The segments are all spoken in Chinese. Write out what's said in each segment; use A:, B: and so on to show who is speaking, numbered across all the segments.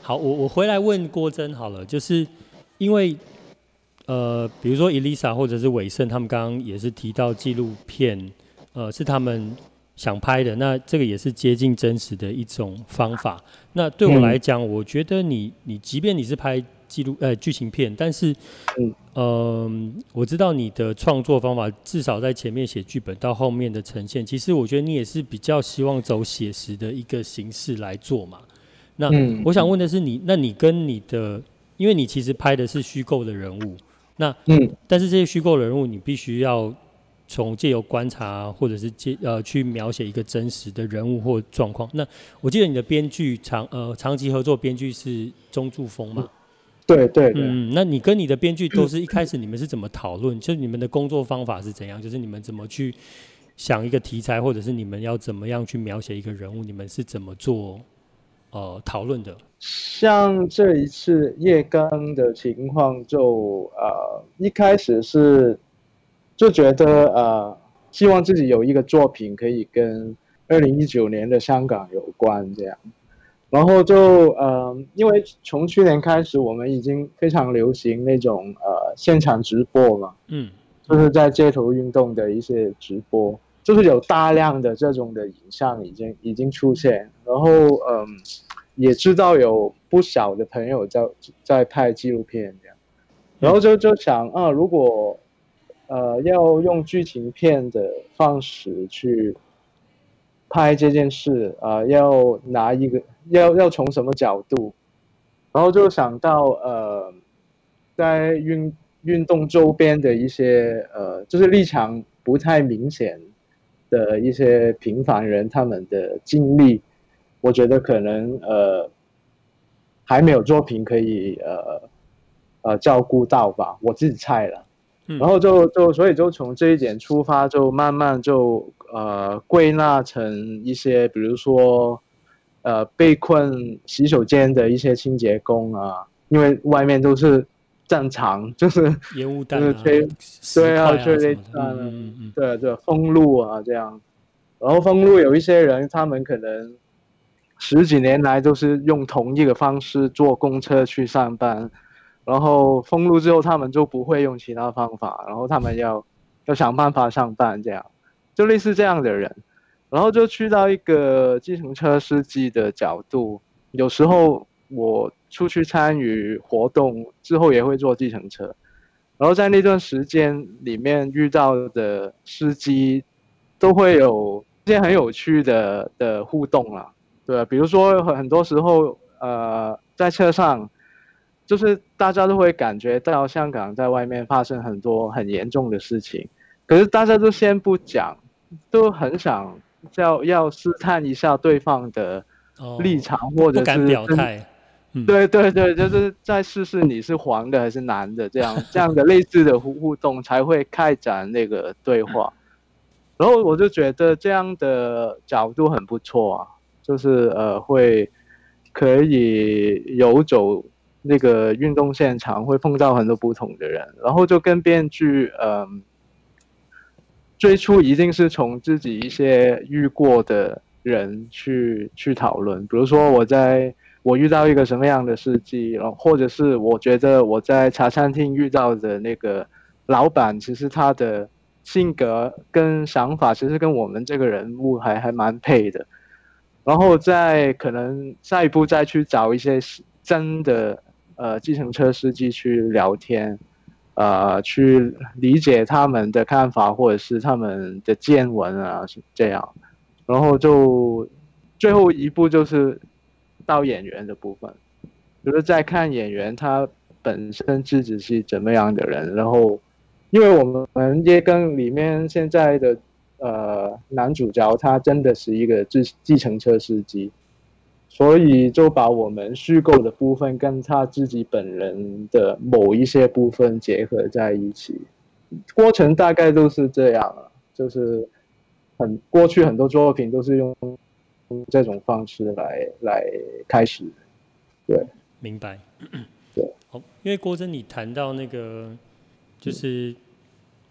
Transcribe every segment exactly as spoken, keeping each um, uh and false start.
A: 好，我我回来问郭真好了，就是因为呃，比如说 Elisa 或者是伟盛，他们刚刚也是提到纪录片，呃，是他们想拍的，那这个也是接近真实的一种方法。那对我来讲，我觉得你你即便你是拍纪录呃剧情片，但是
B: 嗯
A: 呃，我知道你的创作方法，至少在前面写剧本到后面的呈现，其实我觉得你也是比较希望走写实的一个形式来做嘛。那
B: 嗯
A: 我想问的是你，那你跟你的，因为你其实拍的是虚构的人物，那
B: 嗯
A: 但是这些虚构的人物，你必须要从借由观察，或者是借呃去描写一个真实的人物或状况。那我记得你的编剧长呃长期合作编剧是钟柱峰嘛？
B: 对对对。
A: 嗯，那你跟你的编剧都是一开始你们是怎么讨论？就是你们的工作方法是怎样？就是你们怎么去想一个题材，或者是你们要怎么样去描写一个人物？你们是怎么做呃讨论的？
B: 像这一次叶刚的情况就，呃一开始是就觉得呃希望自己有一个作品可以跟二零一九年的香港有关这样，然后就呃因为从去年开始我们已经非常流行那种呃现场直播嘛，
A: 嗯，
B: 就是在街头运动的一些直播，就是有大量的这种的影像已经已经出现，然后嗯。也知道有不少的朋友在在拍纪录片这样，然后就就想啊，如果呃要用剧情片的方式去拍这件事啊、呃，要拿一个要要从什么角度，然后就想到呃，在运运动周边的一些呃，就是立场不太明显的一些平凡人，他们的经历。我觉得可能呃还没有作品可以呃呃照顾到吧，我自己猜了。然后就就所以就从这一点出发，就慢慢就呃归纳成一些，比如说呃被困洗手间的一些清洁工啊，因为外面都是正常，就是
A: 烟雾弹啊、
B: 就是催对啊，
A: 石块
B: 催泪
A: 啊什么的，嗯
B: 弹啊，
A: 嗯嗯
B: 对对，封路啊这样。然后封路有一些人，他们可能十几年来都是用同一个方式坐公车去上班，然后封路之后他们就不会用其他方法，然后他们要要想办法上班，这样就类似这样的人，然后就去到一个计程车司机的角度，有时候我出去参与活动之后也会坐计程车，然后在那段时间里面遇到的司机都会有一些很有趣的的互动啦。对，比如说很多时候，呃，在车上，就是大家都会感觉到香港在外面发生很多很严重的事情，可是大家都先不讲，都很想要要试探一下对方的立
A: 哦，
B: 场，或者
A: 不不敢
B: 是真
A: 表态，嗯
B: 对对对，就是再试试你是黄的还是蓝的，这样这样的类似的互互动才会开展那个对话。然后我就觉得这样的角度很不错啊，就是呃会可以游走那个运动现场，会碰到很多不同的人，然后就跟编剧呃最初一定是从自己一些遇过的人去去讨论，比如说我在我遇到一个什么样的事迹，然后或者是我觉得我在茶餐厅遇到的那个老板，其实他的性格跟想法其实跟我们这个人物还还蛮配的，然后再可能下一步再去找一些真的呃计程车司机去聊天，呃，去理解他们的看法或者是他们的见闻啊，这样，然后就最后一步就是到演员的部分，就是在看演员他本身自己是怎么样的人，然后因为我们叶更里面现在的呃男主角他真的是一个计计程车司机，所以就把我们虚构的部分跟他自己本人的某一些部分结合在一起，过程大概都是这样啊，就是很过去很多作品都是用这种方式来来开始，对
A: 明白。
B: 对，
A: 好，因为郭真你谈到那个就是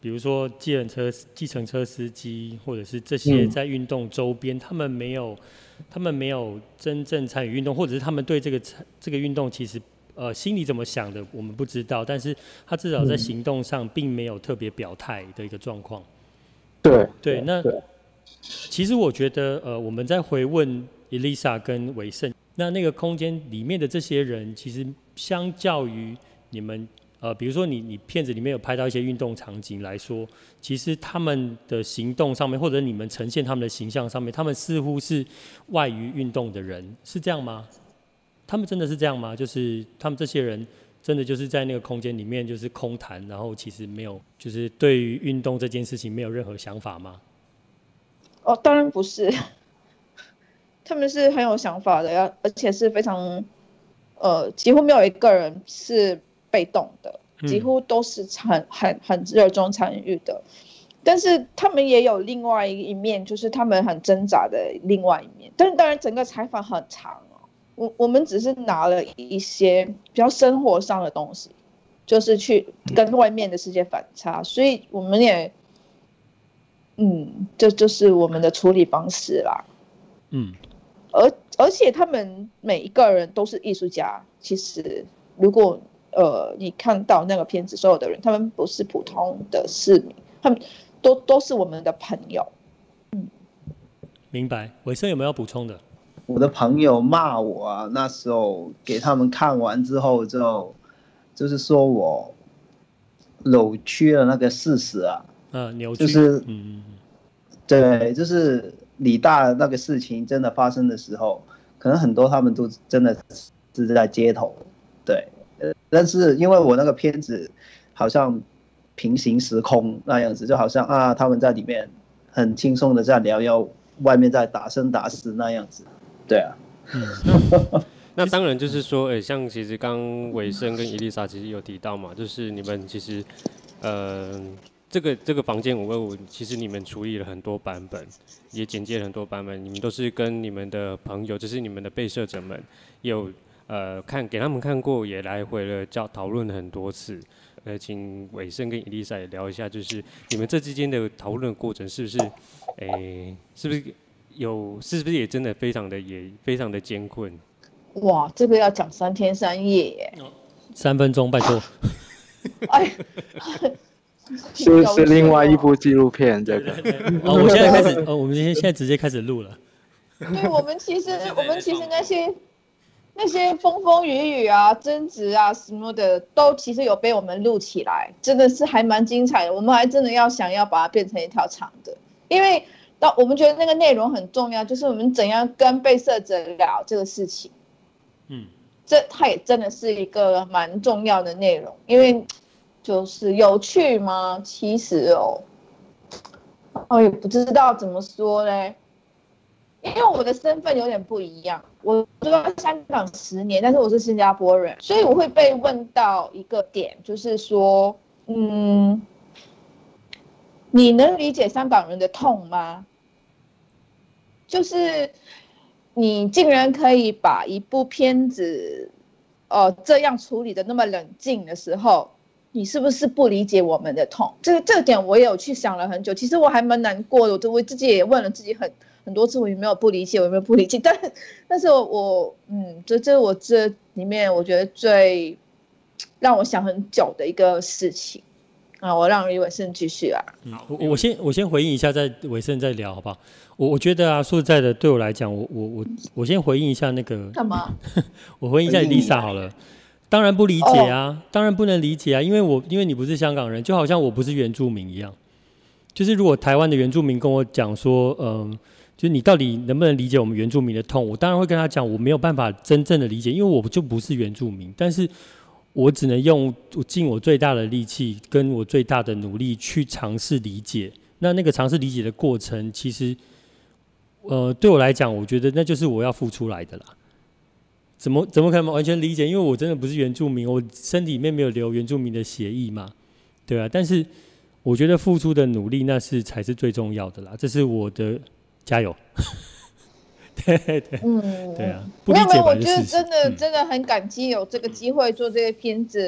A: 比如说计程车、计程车司机，或者是这些在运动周边，嗯、他们没有，他们没有真正参与运动，或者是他们对这个这个运动其实呃心里怎么想的，我们不知道，但是他至少在行动上并没有特别表态的一个状况。
B: 对
A: 对，那其实我觉得呃我们在回问 Elisa 跟伟盛，那那个空间里面的这些人，其实相较于你们。呃，比如说你你片子里面有拍到一些运动场景来说，其实他们的行动上面，或者你们呈现他们的形象上面，他们似乎是外于运动的人，是这样吗？他们真的是这样吗？就是他们这些人真的就是在那个空间里面就是空谈，然后其实没有，就是对于运动这件事情没有任何想法吗？
C: 哦，当然不是，他们是很有想法的，而且是非常，呃，几乎没有一个人是被动的，几乎都是很很很热衷参与的，但是他们也有另外一面，就是他们很挣扎的另外一面。但是当然，整个采访很长哦，我我们只是拿了一些比较生活上的东西，就是去跟外面的世界反差，所以我们也，嗯，这就是我们的处理方式啦。嗯，而而且他们每一个人都是艺术家，其实如果。呃，你看到那个片子，所有的人，他们不是普通的市民，他们都都是我们的朋友。嗯，
A: 明白。伟盛有没有要补充的？
D: 我的朋友骂我啊，那时候给他们看完之后就，就是说我扭曲了那个事实啊。
A: 嗯，扭曲。
D: 就是，
A: 嗯，
D: 对，就是理大那个事情真的发生的时候，可能很多他们都真的是在街头，对。但是因为我那个片子好像平行时空那样子，就好像啊他们在里面很轻松的在聊，要外面在打生打死那样子，对啊。
E: 嗯、那当然就是说，欸、像其实刚伟盛跟伊丽莎其实有提到嘛，就是你们其实呃这个这个房间五二五，其实你们处理了很多版本，也简介了很多版本，你们都是跟你们的朋友，就是你们的被摄者们有。呃，看给他们看过，也来回了叫讨论很多次。呃，请伟盛跟伊丽莎也聊一下，就是你们这之间的讨论过程是不是，诶、欸，是不是有，是不是也真的非常的也非常的艰困？
C: 哇，这个要讲三天三夜耶。
A: 三分钟，拜托。
C: 哎，
B: 是是另外一部纪录片，这个。
A: 哦，我现在开始，哦，我们现在直接开始录了。
C: 对，我们其实我们其实那些。那些风风雨雨啊、争执啊什么的，都其实有被我们录起来，真的是还蛮精彩的。我们还真的要想要把它变成一条长的，因为当我们觉得那个内容很重要，就是我们怎样跟被摄者聊这个事情。嗯，这它也真的是一个蛮重要的内容，因为就是有趣吗？其实哦，我也不知道怎么说嘞。因为我的身份有点不一样，我住在香港十年，但是我是新加坡人，所以我会被问到一个点，就是说，嗯，你能理解香港人的痛吗？就是你竟然可以把一部片子，呃，这样处理的那么冷静的时候，你是不是不理解我们的痛？这个这个点我也有去想了很久，其实我还蛮难过的，我自己也问了自己很。很多次我有没有不理解，我有没有不理解？但但是我我嗯，这这是我这里面我觉得最让我想很久的一个事情啊。我让李伟盛继续啊。
A: 嗯，我我先我先回应一下，再伟盛再聊好不好？我我觉得啊，说实在的，对我来讲，我我我我先回应一下那个
C: 干嘛？
A: 我回应一下 Lisa 好了。当然不理解啊， oh. 当然不能理解啊，因为我因为你不是香港人，就好像我不是原住民一样。就是如果台湾的原住民跟我讲说，嗯。就是你到底能不能理解我们原住民的痛？我当然会跟他讲，我没有办法真正的理解，因为我就不是原住民。但是我只能用尽我最大的力气，跟我最大的努力去尝试理解。那那个尝试理解的过程，其实，呃，对我来讲，我觉得那就是我要付出来的啦。怎么怎么可能完全理解？因为我真的不是原住民，我身体里面没有流原住民的血液嘛，对啊。但是我觉得付出的努力，那是才是最重要的啦。这是我的。加油！对对，嗯，对啊，不理解
C: 没有没有，我觉得真的、嗯、真的很感激有这个机会做这个片子。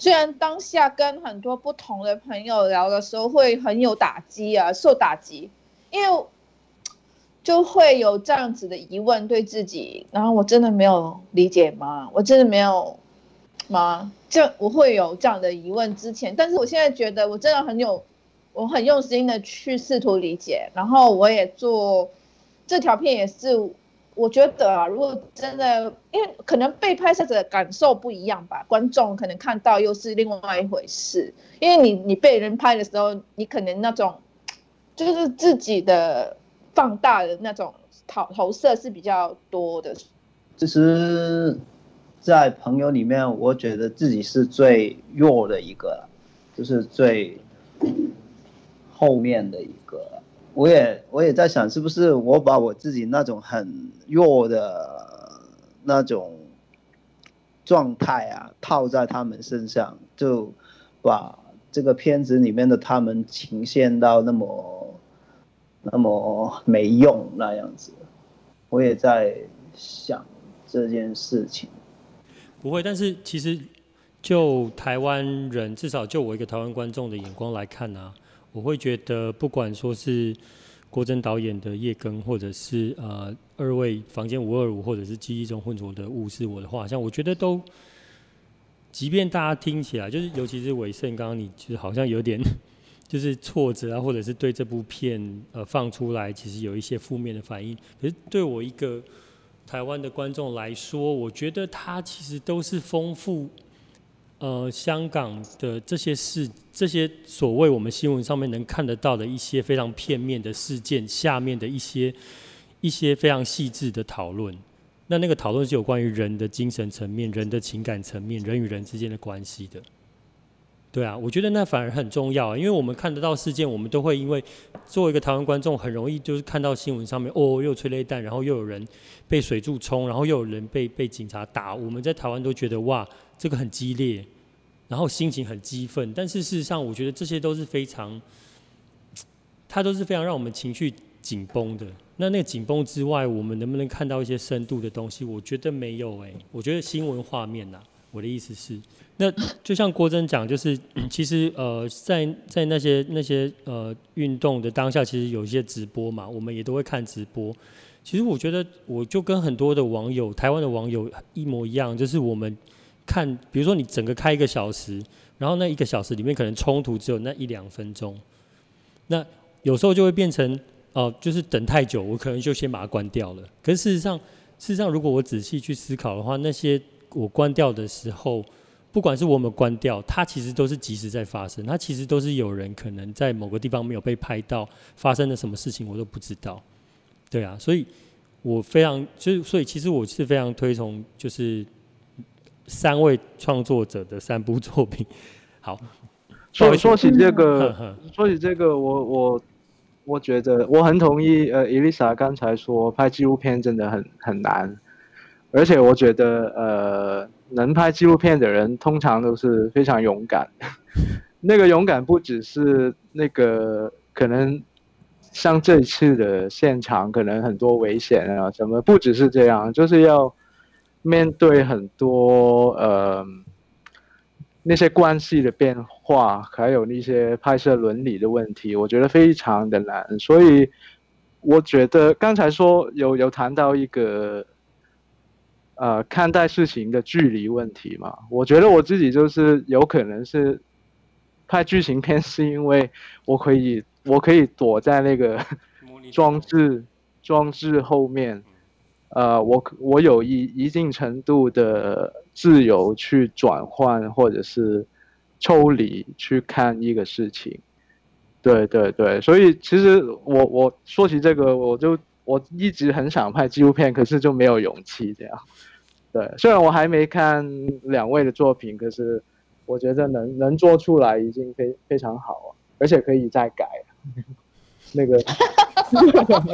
C: 虽然当下跟很多不同的朋友聊的时候会很有打击啊，受打击，因为就会有这样子的疑问对自己，然后我真的没有理解吗？我真的没有吗？这我会有这样的疑问之前，但是我现在觉得我真的很有，我很用心的去试图理解，然后我也做这条片也是。我觉得啊，如果真的，因为可能被拍摄者的感受不一样吧，观众可能看到又是另外一回事。因为你你被人拍的时候，你可能那种就是自己的放大的那种投投射是比较多的。
D: 其实，在朋友里面，我觉得自己是最弱的一个，就是最后面的一个。我也我也在想，是不是我把我自己那种很弱的那种状态啊套在他们身上，就把这个片子里面的他们呈现到那么那么没用那样子。我也在想这件事情。
A: 不会，但是其实就台湾人，至少就我一个台湾观众的眼光来看啊。我会觉得，不管说是郭真导演的《夜更》，或者是呃二位房间五二五，或者是记忆中混浊的雾是我的画像，我觉得都，即便大家听起来，就是尤其是伟盛，刚刚你就是好像有点就是挫折啊，或者是对这部片呃放出来，其实有一些负面的反应。可是对我一个台湾的观众来说，我觉得它其实都是丰富。呃，香港的这些事，这些所谓我们新闻上面能看得到的一些非常片面的事件，下面的一些一些非常细致的讨论，那那个讨论是有关于人的精神层面、人的情感层面、人与人之间的关系的。对啊，我觉得那反而很重要，因为我们看得到事件，我们都会因为作为一个台湾观众，很容易就是看到新闻上面哦，又有催泪弹，然后又有人被水柱冲，然后又有人被被警察打，我们在台湾都觉得哇，这个很激烈。然后心情很激愤，但是事实上，我觉得这些都是非常，它都是非常让我们情绪紧绷的。那那个紧绷之外，我们能不能看到一些深度的东西？我觉得没有哎、欸，我觉得新闻画面呐、啊，我的意思是，那就像郭真讲，就是其实呃，在在那些那些呃运动的当下，其实有一些直播嘛，我们也都会看直播。其实我觉得，我就跟很多的网友，台湾的网友一模一样，就是我们。看，比如说你整个开一个小时，然后那一个小时里面可能冲突只有那一两分钟，那有时候就会变成哦、呃，就是等太久，我可能就先把它关掉了。可是事实上，事实上如果我仔细去思考的话，那些我关掉的时候，不管是我有没有关掉，它其实都是即时在发生，它其实都是有人可能在某个地方没有被拍到，发生了什么事情我都不知道。对啊，所以我非常就是，所以其实我是非常推崇就是。三位创作者的三部作品，好。
B: 说说起这个，说起这个，我我我觉得我很同意。呃，Elisa 刚才说拍纪录片真的很很难，而且我觉得呃，能拍纪录片的人通常都是非常勇敢。那个勇敢不只是那个可能像这一次的现场，可能很多危险啊什么，不只是这样，就是要。面对很多呃那些关系的变化，还有那些拍摄伦理的问题，我觉得非常的难。所以我觉得刚才说有有谈到一个呃看待事情的距离问题嘛，我觉得我自己就是有可能是拍剧情片，是因为我可以我可以躲在那个装置装置后面。呃，我我有一一定程度的自由去转换或者是抽离去看一个事情，对对对，所以其实我我说起这个，我就我一直很想拍纪录片，可是就没有勇气这样。对，虽然我还没看两位的作品，可是我觉得能能做出来已经非非常好了，而且可以再改。那个这个这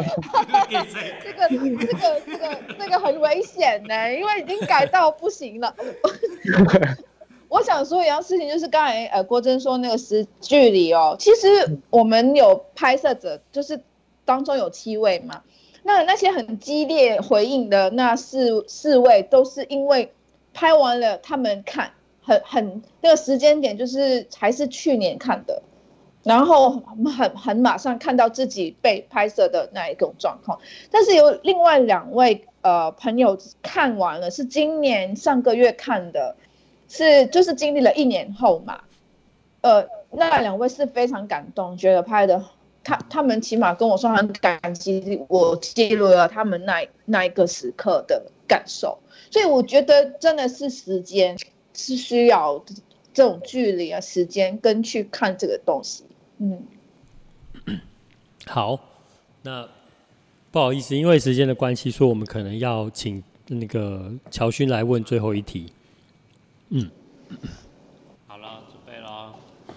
C: 个这个这个很危险呢，因为已经改到不行了。我想说一样事情，就是刚才呃郭真说那个时距离哦，其实我们有拍摄者，就是当中有七位嘛，那那些很激烈回应的那四四位，都是因为拍完了他们看。 很很那个时间点，就是还是去年看的，然后很很马上看到自己被拍摄的那一种状况。但是有另外两位呃朋友看完了，是今年上个月看的，是就是经历了一年后嘛，呃，那两位是非常感动，觉得拍的。他他们起码跟我说很感激我记录了他们那那一个时刻的感受，所以我觉得真的是时间是需要这种距离啊，时间跟去看这个东西。嗯，
A: 好，那不好意思，因为时间的关系，所以我们可能要请那个乔勋来问最后一题。嗯，
E: 好了，准备了。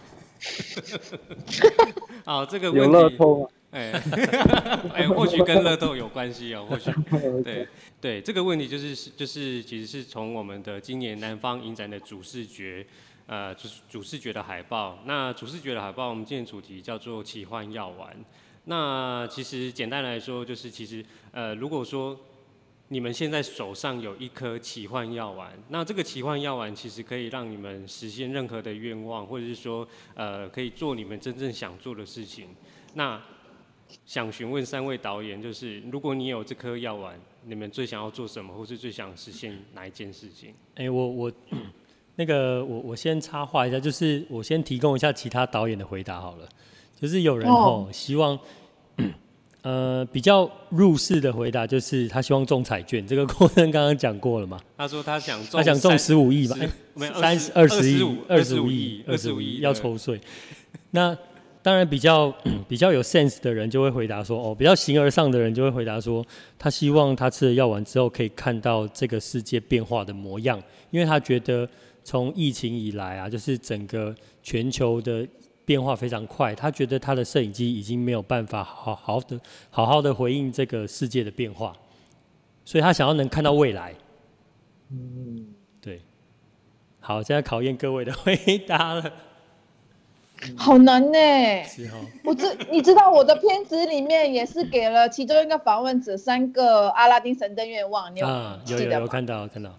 E: 好，这个问题
B: 有乐透吗？
E: 哎哎，或许跟乐透有关系哦，或许对对，这个问题就是就是其实是从我们的今年南方影展的主视觉，呃，就是主视觉的海报。那主视觉的海报，我们今年主题叫做奇幻药丸。那其实简单来说，就是其实呃，如果说你们现在手上有一颗奇幻药丸，那这个奇幻药丸其实可以让你们实现任何的愿望，或者是说，呃，可以做你们真正想做的事情。那想询问三位导演，就是如果你有这颗药丸，你们最想要做什么，或是最想实现哪一件事情？
A: 哎、欸，我我那个我我先插话一下，就是我先提供一下其他导演的回答好了，就是有人吼、oh. 希望。呃，比较入世的回答就是他希望中彩券，这个郭正刚刚讲过了嘛？
E: 他说他想中，
A: 他想中十五亿吧？
E: 没有
A: 三二十亿，
E: 二十五亿，
A: 二十五亿要抽税。那当然比较比较有 sense 的人就会回答说，哦，比较形而上的人就会回答说，他希望他吃了药丸之后可以看到这个世界变化的模样，因为他觉得从疫情以来啊，就是整个全球的变化非常快，他觉得他的摄影机已经没有办法好好的好好的回应这个世界的变化，所以他想要能看到未来。嗯，对。好，现在考验各位的回答了。
C: 好难呢。
A: 是哦。
C: 我知你知道我的片子里面也是给了其中一个访问者三个阿拉丁神灯愿望，你有
A: 啊？有
C: 有
A: 有看到看到。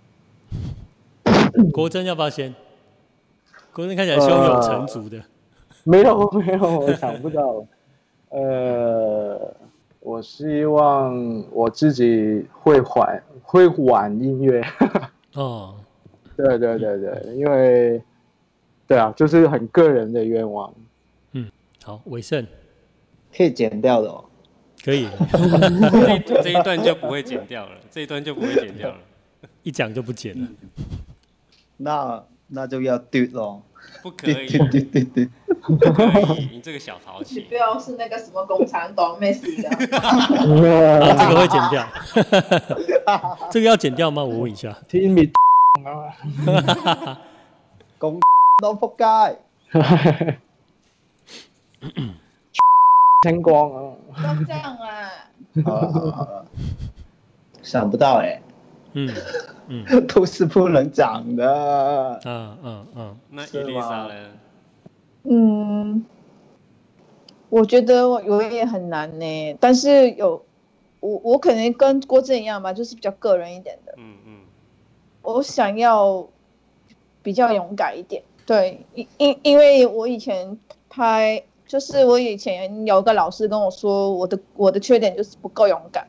A: 国珍要不要先？国珍看起来胸有成竹的。呃
B: 没有没有，我想不到。呃，我希望我自己会玩会玩音乐。哦，对对对对，因为对啊，就是很个人的愿望。
A: 嗯，好，伟盛
D: 可以剪掉的哦。
A: 可以。
E: 这, 这一段就不会剪掉了，这一段就不会剪掉了，
A: 一讲就不剪了。
D: 那那就要丢咯。
E: 不可以，
D: 对对对对，
E: 不可以，你这个小淘气。
C: 你不要是那个什么共产党妹死的。
A: 啊，这个会剪掉。这个要剪掉吗？我问一下。
B: 听你
D: 啊。共都仆街。
B: 天光啊。
C: 都这样啊。
D: 好了好了好了。想不到哎、欸。
A: 嗯嗯，
D: 都是不能讲的。
A: 嗯嗯嗯，
E: 那伊丽莎呢？
C: 嗯，我觉得我也很难呢，但是有我我可能跟郭正一样吧，就是比较个人一点的。嗯嗯，我想要比较勇敢一点，对，因因因为我以前拍，就是我以前有个老师跟我说，我的我的缺点就是不够勇敢。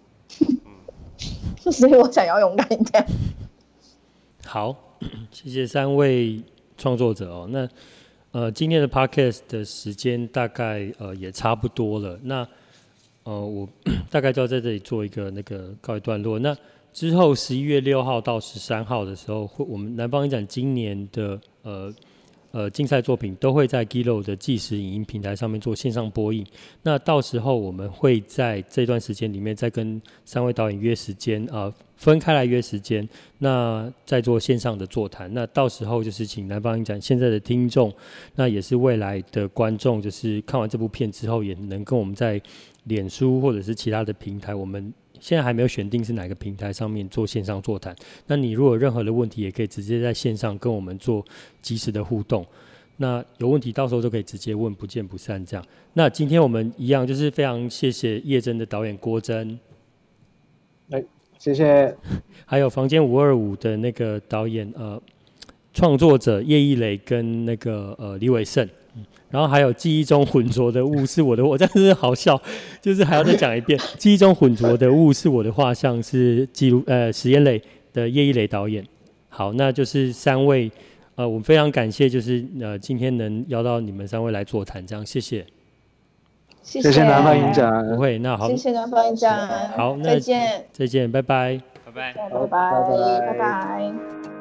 C: 所以我想要勇敢一点。
A: 好，谢谢三位创作者哦。那呃，今天的 podcast 的时间大概呃也差不多了。那呃，我大概就要在这里做一个那个告一段落。那之后十一月六号到十三号的时候，会我们南方影展今年的呃。呃，竞赛作品都会在 Giloo 的即时影音平台上面做线上播映。那到时候我们会在这段时间里面再跟三位导演约时间，呃，分开来约时间，那再做线上的座谈。那到时候就是请南方影展现在的听众，那也是未来的观众，就是看完这部片之后，也能跟我们在脸书或者是其他的平台，我们现在还没有选定是哪个平台上面做线上座谈。那你如果有任何的问题，也可以直接在线上跟我们做即时的互动。那有问题到时候就可以直接问，不见不散这样。那今天我们一样就是非常谢谢叶真的导演郭真，
B: 哎，谢谢。
A: 还有房间五二五的那个导演呃创作者叶一雷跟那个呃李伟胜。然后还有记忆中浑浊的雾是我的，我真的是好笑，就是还要再讲一遍，记忆中浑浊的雾是我的画像，是记录呃史彦磊的叶一雷导演。好，那就是三位，呃，我们非常感谢，就是呃今天能邀到你们三位来座谈，这样谢谢。
C: 谢谢
B: 谢谢南方影展，
A: 不会，那好，
C: 谢谢南方影展，
A: 好，那
C: 再见，
A: 再见，拜拜，
E: 拜拜，
C: 拜拜，拜拜。